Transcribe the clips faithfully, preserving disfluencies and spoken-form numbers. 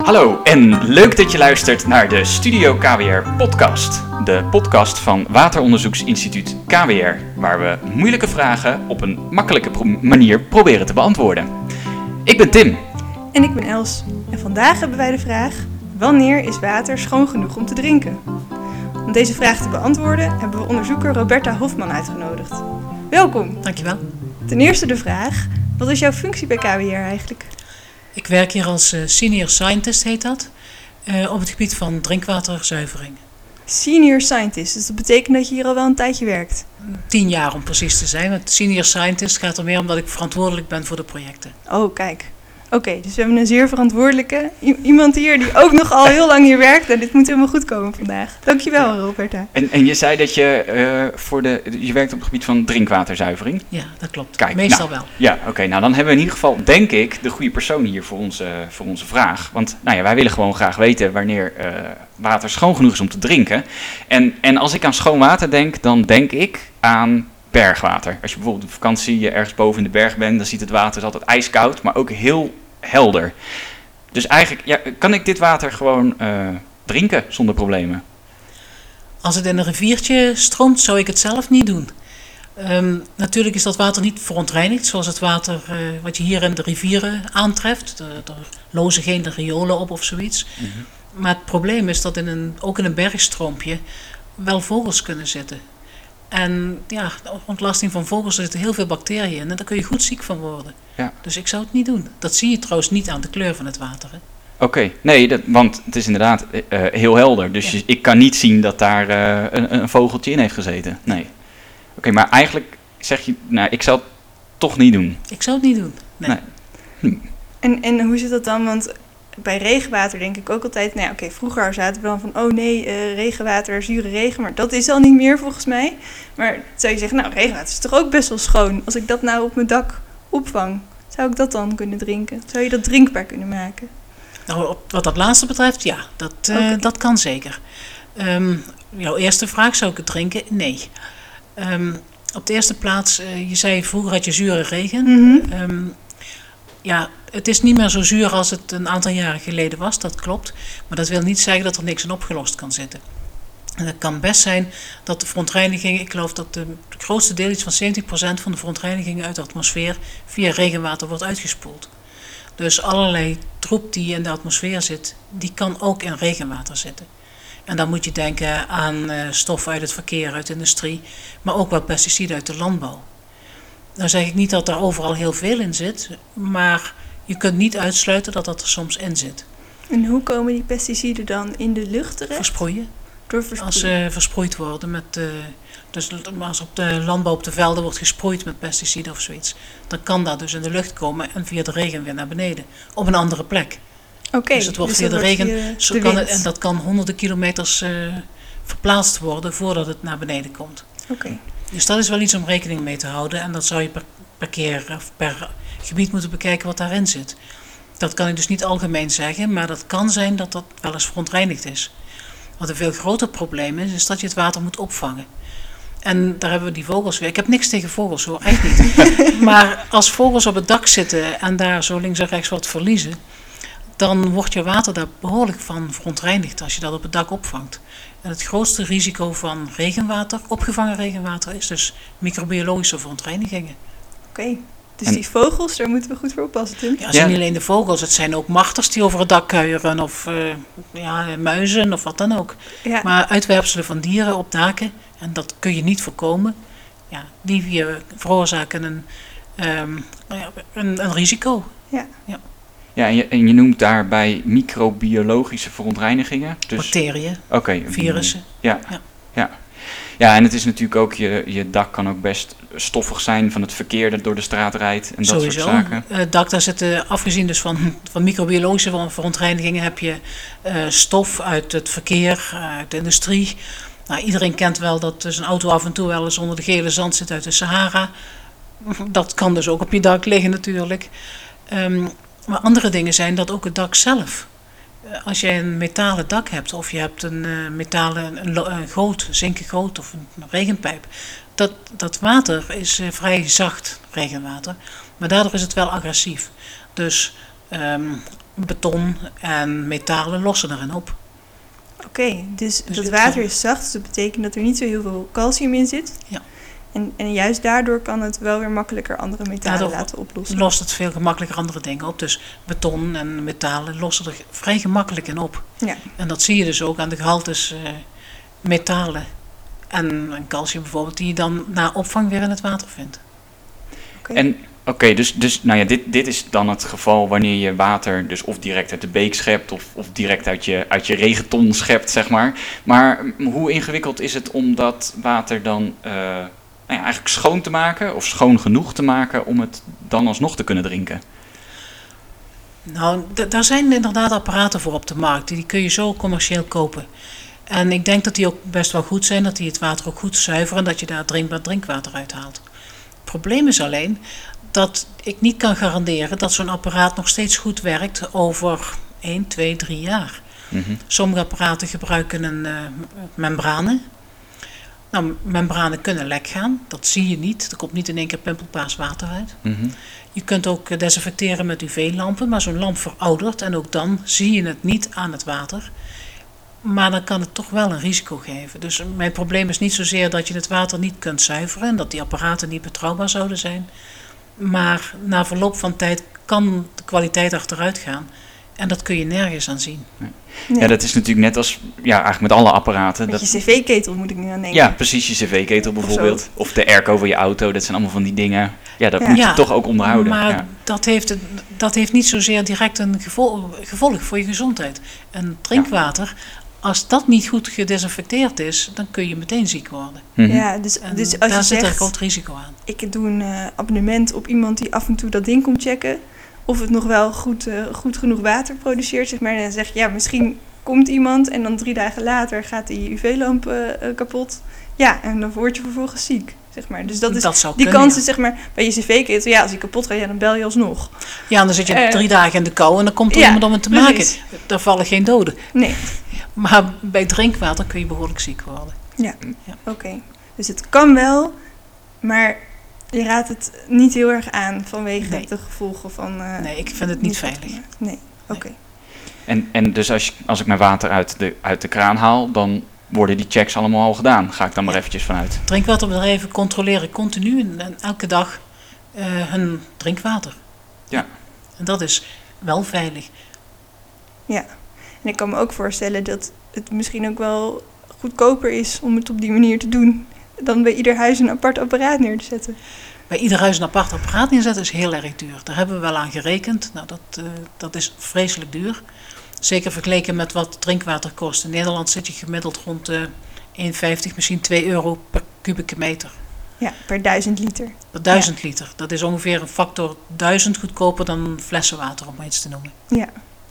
Hallo en leuk dat je luistert naar de Studio K W R podcast. De podcast van Wateronderzoeksinstituut K W R, waar we moeilijke vragen op een makkelijke pro- manier proberen te beantwoorden. Ik ben Tim. En ik ben Els. En vandaag hebben wij de vraag: wanneer is water schoon genoeg om te drinken? Om deze vraag te beantwoorden hebben we onderzoeker Roberta Hofman uitgenodigd. Welkom. Dankjewel. Ten eerste de vraag: wat is jouw functie bij K W R eigenlijk? Ik werk hier als uh, senior scientist, heet dat, uh, op het gebied van drinkwaterzuivering. Senior scientist, dus dat betekent dat je hier al wel een tijdje werkt? Tien jaar om precies te zijn. Want senior scientist gaat er meer om dat ik verantwoordelijk ben voor de projecten. Oh, kijk. Oké, okay, dus we hebben een zeer verantwoordelijke I- iemand hier die ook nog al heel lang hier werkt. En dit moet helemaal goed komen vandaag. Dankjewel, Roberta. En, en je zei dat je uh, voor de, je werkt op het gebied van drinkwaterzuivering. Ja, dat klopt. Kijk, meestal nou, wel. Ja, oké. Okay, nou, dan hebben we in ieder geval, denk ik, de goede persoon hier voor onze, voor onze vraag. Want nou ja, wij willen gewoon graag weten wanneer uh, water schoon genoeg is om te drinken. En, en als ik aan schoon water denk, dan denk ik aan bergwater. Als je bijvoorbeeld op vakantie ergens boven in de berg bent, dan ziet het water altijd ijskoud, maar ook heel helder. Dus eigenlijk, ja, kan ik dit water gewoon uh, drinken zonder problemen? Als het in een riviertje stroomt, zou ik het zelf niet doen. Um, natuurlijk is dat water niet verontreinigd, zoals het water uh, wat je hier in de rivieren aantreft. Er lozen geen riolen op of zoiets. Mm-hmm. Maar het probleem is dat in een, ook in een bergstroompje wel vogels kunnen zitten. En ja, de ontlasting van vogels, er zitten heel veel bacteriën in en daar kun je goed ziek van worden. Ja. Dus ik zou het niet doen. Dat zie je trouwens niet aan de kleur van het water. Oké, okay. nee, dat, want het is inderdaad uh, heel helder. Dus ja. je, ik kan niet zien dat daar uh, een, een vogeltje in heeft gezeten. Nee. Oké, okay, maar eigenlijk zeg je, nou, ik zou het toch niet doen. Ik zou het niet doen, nee. nee. Hm. En, en hoe zit dat dan? Want bij regenwater denk ik ook altijd, nou ja, oké, okay, vroeger zaten we dan van, oh nee, uh, regenwater, zure regen, maar dat is al niet meer volgens mij. Maar zou je zeggen, nou, regenwater is toch ook best wel schoon. Als ik dat nou op mijn dak opvang, zou ik dat dan kunnen drinken? Zou je dat drinkbaar kunnen maken? Nou, op, wat dat laatste betreft, ja, dat, uh, okay. dat kan zeker. Um, jouw eerste vraag, zou ik het drinken? Nee. Um, op de eerste plaats, uh, je zei vroeger had je zure regen. Mm-hmm. Um, ja, het is niet meer zo zuur als het een aantal jaren geleden was, dat klopt. Maar dat wil niet zeggen dat er niks in opgelost kan zitten. En het kan best zijn dat de verontreiniging, ik geloof dat de, de grootste deel, iets van zeventig procent van de verontreiniging uit de atmosfeer via regenwater wordt uitgespoeld. Dus allerlei troep die in de atmosfeer zit, die kan ook in regenwater zitten. En dan moet je denken aan uh, stoffen uit het verkeer, uit de industrie, maar ook wat pesticiden uit de landbouw. Nou zeg ik niet dat er overal heel veel in zit, maar je kunt niet uitsluiten dat dat er soms in zit. En hoe komen die pesticiden dan in de lucht terecht? Versproeien. Door versproeien? Als ze uh, versproeid worden met, uh, dus als op de landbouw op de velden wordt gesproeid met pesticiden of zoiets, dan kan dat dus in de lucht komen en via de regen weer naar beneden, op een andere plek. Oké. Okay, dus het wordt dus via de regen, via zo de kan het, en dat kan honderden kilometers uh, verplaatst worden voordat het naar beneden komt. Oké. Okay. Dus dat is wel iets om rekening mee te houden. En dat zou je per, per keer of per gebied moeten bekijken wat daarin zit. Dat kan ik dus niet algemeen zeggen, maar dat kan zijn dat dat wel eens verontreinigd is. Wat een veel groter probleem is, is dat je het water moet opvangen. En daar hebben we die vogels weer. Ik heb niks tegen vogels hoor, echt niet. Maar als vogels op het dak zitten en daar zo links en rechts wat verliezen, dan wordt je water daar behoorlijk van verontreinigd als je dat op het dak opvangt. En het grootste risico van regenwater, opgevangen regenwater, is dus microbiologische verontreinigingen. Oké, okay. Dus en die vogels, daar moeten we goed voor oppassen, Tim. Ja, het zijn ja. niet alleen de vogels, het zijn ook marters die over het dak kuieren of uh, ja, muizen of wat dan ook. Ja. Maar uitwerpselen van dieren op daken, en dat kun je niet voorkomen, ja, die veroorzaken een, um, een, een risico. Ja. ja. Ja, en je, en je noemt daarbij microbiologische verontreinigingen. Dus, bacteriën, okay, virussen. Ja, ja. Ja. ja, en het is natuurlijk ook, je, je dak kan ook best stoffig zijn van het verkeer dat door de straat rijdt en dat Sowieso. soort zaken. Het dak, daar zitten, afgezien dus van, van microbiologische verontreinigingen, heb je uh, stof uit het verkeer, uit de industrie. Nou, iedereen kent wel dat dus een auto af en toe wel eens onder de gele zand zit uit de Sahara. Dat kan dus ook op je dak liggen natuurlijk. Um, Maar andere dingen zijn dat ook het dak zelf. Als jij een metalen dak hebt of je hebt een uh, metalen een, een goot, zinken goot of een regenpijp. Dat, dat water is uh, vrij zacht, regenwater. Maar daardoor is het wel agressief. Dus um, beton en metalen lossen erin op. Oké, okay, dus, Dus dat het water kan- is zacht, dus dat betekent dat er niet zo heel veel calcium in zit. Ja. En, en juist daardoor kan het wel weer makkelijker andere metalen Daardoor laten oplossen. Lost het veel gemakkelijker andere dingen op. Dus beton en metalen lossen er vrij gemakkelijk in op. Ja. En dat zie je dus ook aan de gehaltes eh, metalen en, en calcium bijvoorbeeld, die je dan na opvang weer in het water vindt. Oké. En oké, dus, dus nou ja, dit, dit is dan het geval wanneer je water dus of direct uit de beek schept of, of direct uit je, uit je regenton schept, zeg maar. Maar mm, hoe ingewikkeld is het om dat water dan eh, nou ja, eigenlijk schoon te maken of schoon genoeg te maken om het dan alsnog te kunnen drinken? Nou, d- daar zijn inderdaad apparaten voor op de markt. Die kun je zo commercieel kopen. En ik denk dat die ook best wel goed zijn, dat die het water ook goed zuiveren en dat je daar drinkbaar drinkwater uithaalt. Het probleem is alleen dat ik niet kan garanderen dat zo'n apparaat nog steeds goed werkt over één, twee, drie jaar. Mhm. Sommige apparaten gebruiken een eh, membranen. Nou, membranen kunnen lek gaan, dat zie je niet. Er komt niet in één keer pimpelpaars water uit. Mhm. Je kunt ook eh, desinfecteren met U V-lampen, maar zo'n lamp veroudert en ook dan zie je het niet aan het water. Maar dan kan het toch wel een risico geven. Dus mijn probleem is niet zozeer dat je het water niet kunt zuiveren en dat die apparaten niet betrouwbaar zouden zijn. Maar na verloop van tijd kan de kwaliteit achteruit gaan. En dat kun je nergens aan zien. Nee. Ja, dat is natuurlijk net als ja, eigenlijk met alle apparaten. Met Dat, je cv-ketel moet ik nu aan denken. ja, precies, je cv-ketel bijvoorbeeld. Of de airco van je auto, dat zijn allemaal van die dingen. Ja, dat Ja. moet je Ja, toch ook onderhouden. Maar Ja. dat, heeft het, dat heeft niet zozeer direct een gevol- gevolg voor je gezondheid. En drinkwater, als dat niet goed gedesinfecteerd is, dan kun je meteen ziek worden. Mhm. Ja, dus, En dus als daar je zit een zegt, groot risico aan. ik doe een eh, abonnement op iemand die af en toe dat ding komt checken, of het nog wel goed, eh, goed genoeg water produceert, zeg maar. En dan zeg je, ja, misschien komt iemand en dan drie dagen later gaat die U V-lamp eh, eh, kapot. Ja, en dan word je vervolgens ziek, zeg maar. Dus dat is, Dat zou die kunnen, kans ja. is, zeg maar, bij je cv-ketel, ja, als die kapot gaat, ja, dan bel je alsnog. Ja, en dan zit je Eh, drie dagen in de kou en dan komt er ja, iemand om het te precies. maken. Daar vallen geen doden. Nee, Maar bij drinkwater kun je behoorlijk ziek worden. oké. Dus het kan wel, maar je raadt het niet heel erg aan vanwege Nee. de gevolgen van... eh, Nee, ik vind het niet wat veilig. gemaakt. Nee, oké. En, en dus als, je, als ik mijn water uit de, uit de kraan haal, dan worden die checks allemaal al gedaan. Ga ik dan maar eventjes vanuit. Drinkwaterbedrijven controleren continu en, en elke dag eh, hun drinkwater. Ja. En dat is wel veilig. Ja, en ik kan me ook voorstellen dat het misschien ook wel goedkoper is om het op die manier te doen dan bij ieder huis een apart apparaat neer te zetten. Bij ieder huis een apart apparaat neerzetten is heel erg duur. Daar hebben we wel aan gerekend. Nou, dat, uh, dat is vreselijk duur. Zeker vergeleken met wat drinkwater kost. In Nederland zit je gemiddeld rond uh, één euro vijftig, misschien twee euro per kubieke meter. Ja, per duizend liter. Per duizend liter. Dat is ongeveer een factor duizend goedkoper dan flessenwater, om maar iets te noemen. Ja.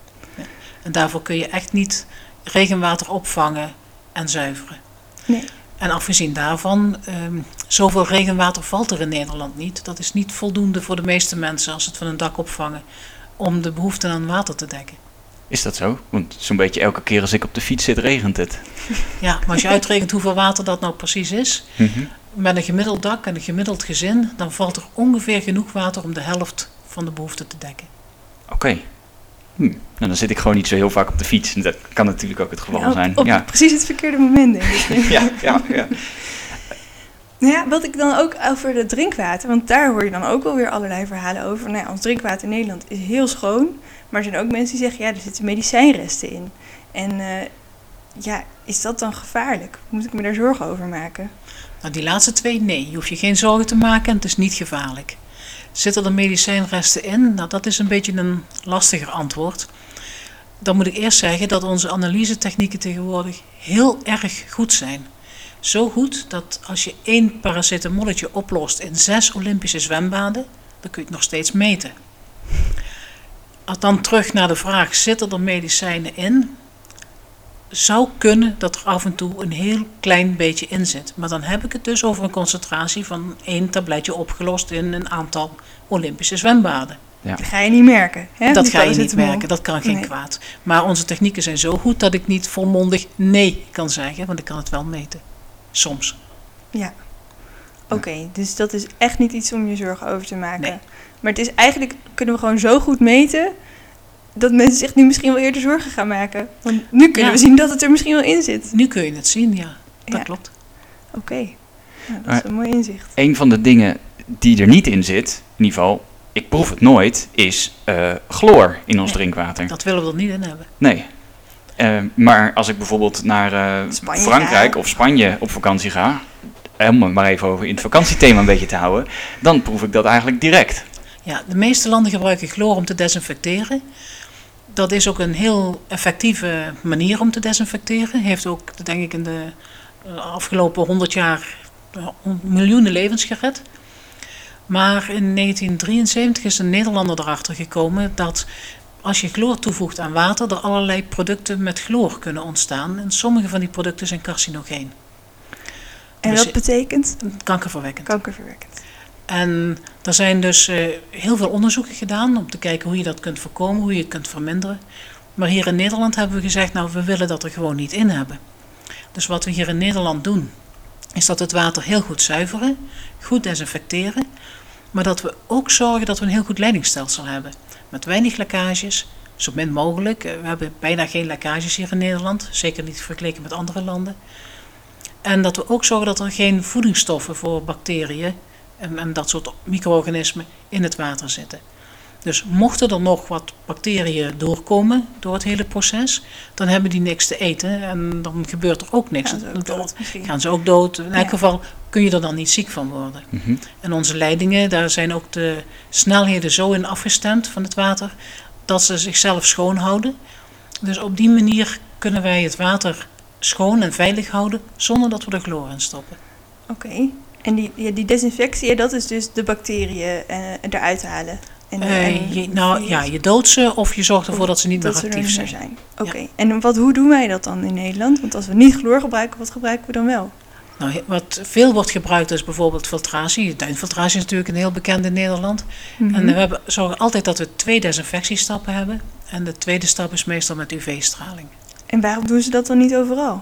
En daarvoor kun je echt niet regenwater opvangen en zuiveren. Nee. En afgezien daarvan, um, zoveel regenwater valt er in Nederland niet. Dat is niet voldoende voor de meeste mensen als ze het van een dak opvangen om de behoefte aan water te dekken. Is dat zo? Want zo'n beetje elke keer als ik op de fiets zit, regent het. Ja, maar als je uitrekent hoeveel water dat nou precies is, Mhm. met een gemiddeld dak en een gemiddeld gezin, dan valt er ongeveer genoeg water om de helft van de behoefte te dekken. Oké. Okay. Hm. Nou, dan zit ik gewoon niet zo heel vaak op de fiets. Dat kan natuurlijk ook het geval Ja, op, zijn. op Ja. precies het verkeerde moment, denk ik. Ja, ja, ja. Nou ja, wat ik dan ook over het drinkwater, want daar hoor je dan ook wel weer allerlei verhalen over. Nou ja, ons drinkwater in Nederland is heel schoon, maar er zijn ook mensen die zeggen, ja, er zitten medicijnresten in. En uh, ja, is dat dan gevaarlijk? Moet ik me daar zorgen over maken? Nou, die laatste twee, nee. Je hoeft je geen zorgen te maken en het is niet gevaarlijk. Zitten er medicijnresten in? Nou, dat is een beetje een lastiger antwoord. Dan moet ik eerst zeggen dat onze analysetechnieken tegenwoordig heel erg goed zijn. Zo goed dat als je één paracetamolletje oplost in zes Olympische zwembaden, dan kun je het nog steeds meten. Als dan terug naar de vraag, zitten er medicijnen in? Zou kunnen dat er af en toe een heel klein beetje in zit. Maar dan heb ik het dus over een concentratie van één tabletje opgelost in een aantal Olympische zwembaden. Ja. Dat ga je niet merken. Hè? Dat Die ga je niet paracetamol. merken, dat kan geen Nee. kwaad. Maar onze technieken zijn zo goed dat ik niet volmondig nee kan zeggen, want ik kan het wel meten. Soms. Ja. Oké, okay, dus dat is echt niet iets om je zorgen over te maken. Nee. Maar het is eigenlijk, kunnen we gewoon zo goed meten dat mensen zich nu misschien wel eerder zorgen gaan maken. Want nu kunnen Ja. we zien dat het er misschien wel in zit. Nu kun je het zien, ja. Dat Ja. klopt. Oké, nou, dat Maar- is een mooi inzicht. Een van de dingen die er niet in zit, in ieder geval, ik proef het nooit, is eh, chloor in ons Nee. drinkwater. Dat willen we er niet in hebben. Nee. Eh, maar als ik bijvoorbeeld naar eh, Spanje Frankrijk ga. of Spanje op vakantie ga, om het maar even over in het vakantiethema een beetje te houden, dan proef ik dat eigenlijk direct. Ja, de meeste landen gebruiken chloor om te desinfecteren. Dat is ook een heel effectieve manier om te desinfecteren. Heeft ook, denk ik, in de eh, afgelopen honderd jaar eh, miljoenen levens gered. Maar in negentien drieënzeventig is een Nederlander erachter gekomen dat als je chloor toevoegt aan water, er allerlei producten met chloor kunnen ontstaan. En sommige van die producten zijn carcinogeen, En Dus- dat betekent kankerverwekkend. kankerverwekkend. En er zijn dus eh, heel veel onderzoeken gedaan om te kijken hoe je dat kunt voorkomen, hoe je het kunt verminderen. Maar hier in Nederland hebben we gezegd, nou, we willen dat er gewoon niet in hebben. Dus wat we hier in Nederland doen, is dat we het water heel goed zuiveren, goed desinfecteren, maar dat we ook zorgen dat we een heel goed leidingsstelsel hebben. Met weinig lekkages, zo min mogelijk. Eh, We hebben bijna geen lekkages hier in Nederland, zeker niet vergeleken met andere landen. En dat we ook zorgen dat er geen voedingsstoffen voor bacteriën en, en dat soort micro-organismen in het water zitten. Dus mochten er nog wat bacteriën doorkomen door het hele proces, dan hebben die niks te eten en dan gebeurt er ook niks. Gaan ze ook dood misschien. Gaan ze ook dood. In elk Ja. geval kun je er dan niet ziek van worden. Mhm. En onze leidingen, daar zijn ook de snelheden zo in afgestemd van het water, dat ze zichzelf schoonhouden. Dus op die manier kunnen wij het water schoon en veilig houden, zonder dat we er chloor in stoppen. Oké. En die, ja, die desinfectie, dat is dus de bacteriën eh, eruit halen. En, Eh, en je, nou ja, je doodt ze of je zorgt ervoor dat ze niet dat meer ze er actief niet zijn. meer zijn. Oké. En wat, hoe doen wij dat dan in Nederland? Want als we niet chloor gebruiken, wat gebruiken we dan wel? Nou, he- wat veel wordt gebruikt is bijvoorbeeld filtratie. Tuinfiltratie is natuurlijk een heel bekend in Nederland. Mhm. En we hebben, zorgen altijd dat we twee desinfectiestappen hebben. En de tweede stap is meestal met U V-straling. En waarom doen ze dat dan niet overal?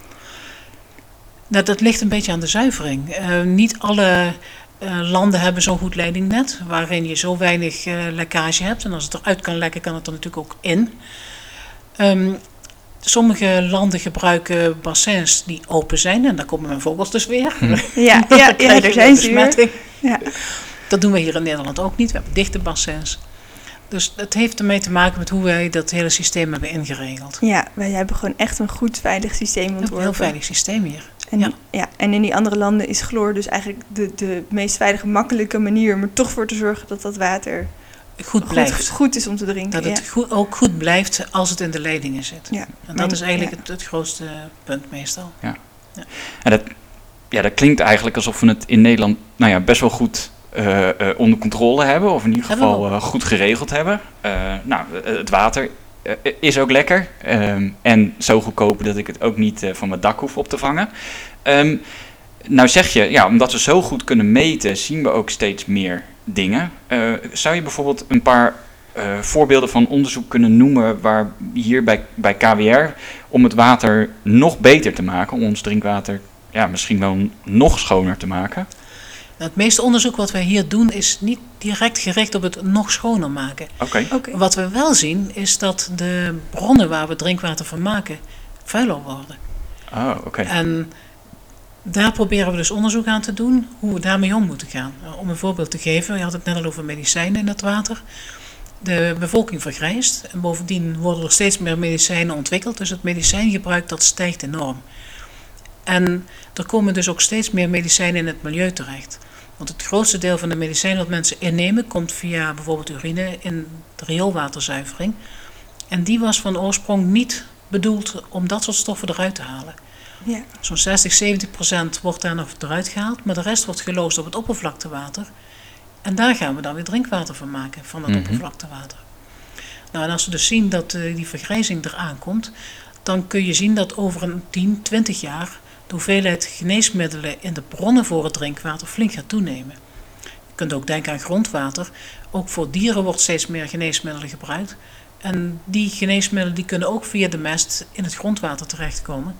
Nou, dat ligt een beetje aan de zuivering. Eh, niet alle eh, landen hebben zo'n goed leidingnet, waarin je zo weinig eh, lekkage hebt. En als het eruit kan lekken, kan het er natuurlijk ook in. Ehm, sommige landen gebruiken bassins die open zijn. En daar komen mijn vogels dus weer. Ja, Dan ja, ja krijg je daar zijn weer ze weer. besmetting. Ja. Dat doen we hier in Nederland ook niet. We hebben dichte bassins. Dus het heeft ermee te maken met hoe wij dat hele systeem hebben ingeregeld. Ja, wij hebben gewoon echt een goed veilig systeem We hebben een ontworpen. heel veilig systeem hier. En, Ja. ja. en in die andere landen is chloor dus eigenlijk de, de meest veilige, makkelijke manier om er toch voor te zorgen dat dat water Goed blijft. goed, goed is om te drinken. Dat het ja. goed, ook goed blijft als het in de leidingen zit. Ja. En dat Maar- is eigenlijk ja. het, het grootste punt meestal. En dat, ja, dat klinkt eigenlijk alsof we het in Nederland nou ja, best wel goed eh, eh, onder controle hebben. Of in ieder Hebben we geval eh, goed geregeld hebben. Eh, nou, eh, het water eh, is ook lekker. Ehm, en zo goedkoop dat ik het ook niet eh, van mijn dak hoef op te vangen. Ehm, nou zeg je, ja, omdat we zo goed kunnen meten, zien we ook steeds meer dingen. Eh, zou je bijvoorbeeld een paar eh, voorbeelden van onderzoek kunnen noemen waar hier bij, bij K W R om het water nog beter te maken, om ons drinkwater ja, misschien wel nog schoner te maken? Nou, het meeste onderzoek wat wij hier doen is niet direct gericht op het nog schoner maken. Oké. Oké. Wat we wel zien is dat de bronnen waar we drinkwater van maken vuiler worden. Oh, oké. En daar proberen we dus onderzoek aan te doen hoe we daarmee om moeten gaan. Nou, om een voorbeeld te geven, je had het net al over medicijnen in het water. De bevolking vergrijst en bovendien worden er steeds meer medicijnen ontwikkeld. Dus het medicijngebruik dat stijgt enorm. En er komen dus ook steeds meer medicijnen in het milieu terecht. Want het grootste deel van de medicijnen dat mensen innemen komt via bijvoorbeeld urine in de rioolwaterzuivering. En die was van oorsprong niet bedoeld om dat soort stoffen eruit te halen. Ja. Zo'n zestig, zeventig procent wordt daar nog eruit gehaald, maar de rest wordt geloosd op het oppervlaktewater. En daar gaan we dan weer drinkwater van maken, van het Mhm. oppervlaktewater. Nou, en als we dus zien dat uh, die vergrijzing eraan komt, dan kun je zien dat over een tien, twintig jaar de hoeveelheid geneesmiddelen in de bronnen voor het drinkwater flink gaat toenemen. Je kunt ook denken aan grondwater. Ook voor dieren wordt steeds meer geneesmiddelen gebruikt. En die geneesmiddelen die kunnen ook via de mest in het grondwater terechtkomen.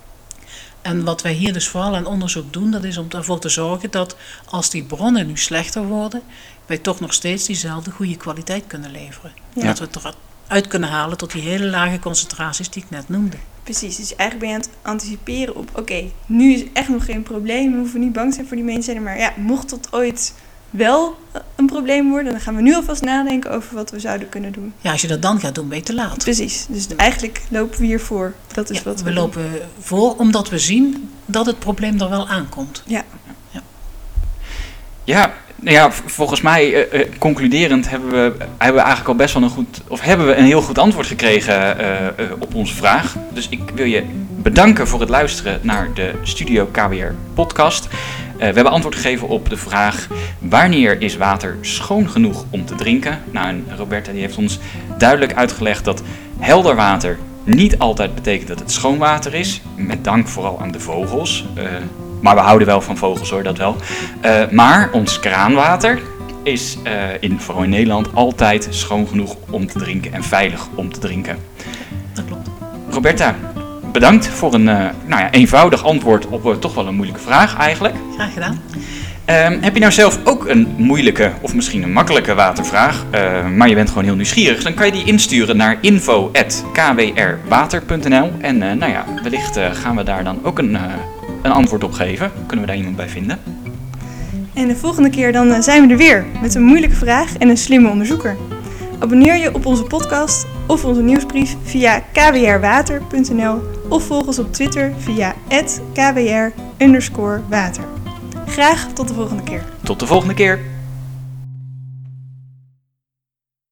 En wat wij hier dus vooral aan onderzoek doen, dat is om ervoor te zorgen dat als die bronnen nu slechter worden, wij toch nog steeds diezelfde goede kwaliteit kunnen leveren. Ja. Dat we het uit kunnen halen tot die hele lage concentraties die ik net noemde. Precies, dus eigenlijk ben je aan het anticiperen op, oké, okay, nu is echt nog geen probleem, we hoeven niet bang te zijn voor die medicijnen, maar ja, mocht dat ooit wel een probleem worden, dan gaan we nu alvast nadenken over wat we zouden kunnen doen. Ja, als je dat dan gaat doen, ben je te laat. Precies, dus eigenlijk lopen we hiervoor. Dat is ja, wat we, we doen. lopen voor omdat we zien dat het probleem er wel aankomt. Ja. Ja, Ja, nou ja, v- volgens mij, uh, uh, concluderend, hebben we, hebben we eigenlijk al best wel een goed, of hebben we een heel goed antwoord gekregen uh, uh, op onze vraag. Dus ik wil je bedanken voor het luisteren naar de Studio K W R podcast. Uh, we hebben antwoord gegeven op de vraag: wanneer is water schoon genoeg om te drinken? Nou, en Roberta die heeft ons duidelijk uitgelegd dat helder water niet altijd betekent dat het schoon water is. Met dank vooral aan de vogels. Uh, maar we houden wel van vogels hoor, dat wel. Uh, maar ons kraanwater is uh, in, vooral in Nederland altijd schoon genoeg om te drinken en veilig om te drinken. dat klopt. Roberta, bedankt voor een uh, nou ja, eenvoudig antwoord op uh, toch wel een moeilijke vraag eigenlijk. Graag gedaan. Um, heb je nou zelf ook een moeilijke of misschien een makkelijke watervraag, uh, maar je bent gewoon heel nieuwsgierig, dan kan je die insturen naar info at k w r water punt n l en uh, nou ja, wellicht uh, gaan we daar dan ook een, uh, een antwoord op geven. Kunnen we daar iemand bij vinden? En de volgende keer dan uh, zijn we er weer met een moeilijke vraag en een slimme onderzoeker. Abonneer je op onze podcast of onze nieuwsbrief via k w r water punt n l of volg ons op Twitter via at k w r underscore water. Graag tot de volgende keer. Tot de volgende keer!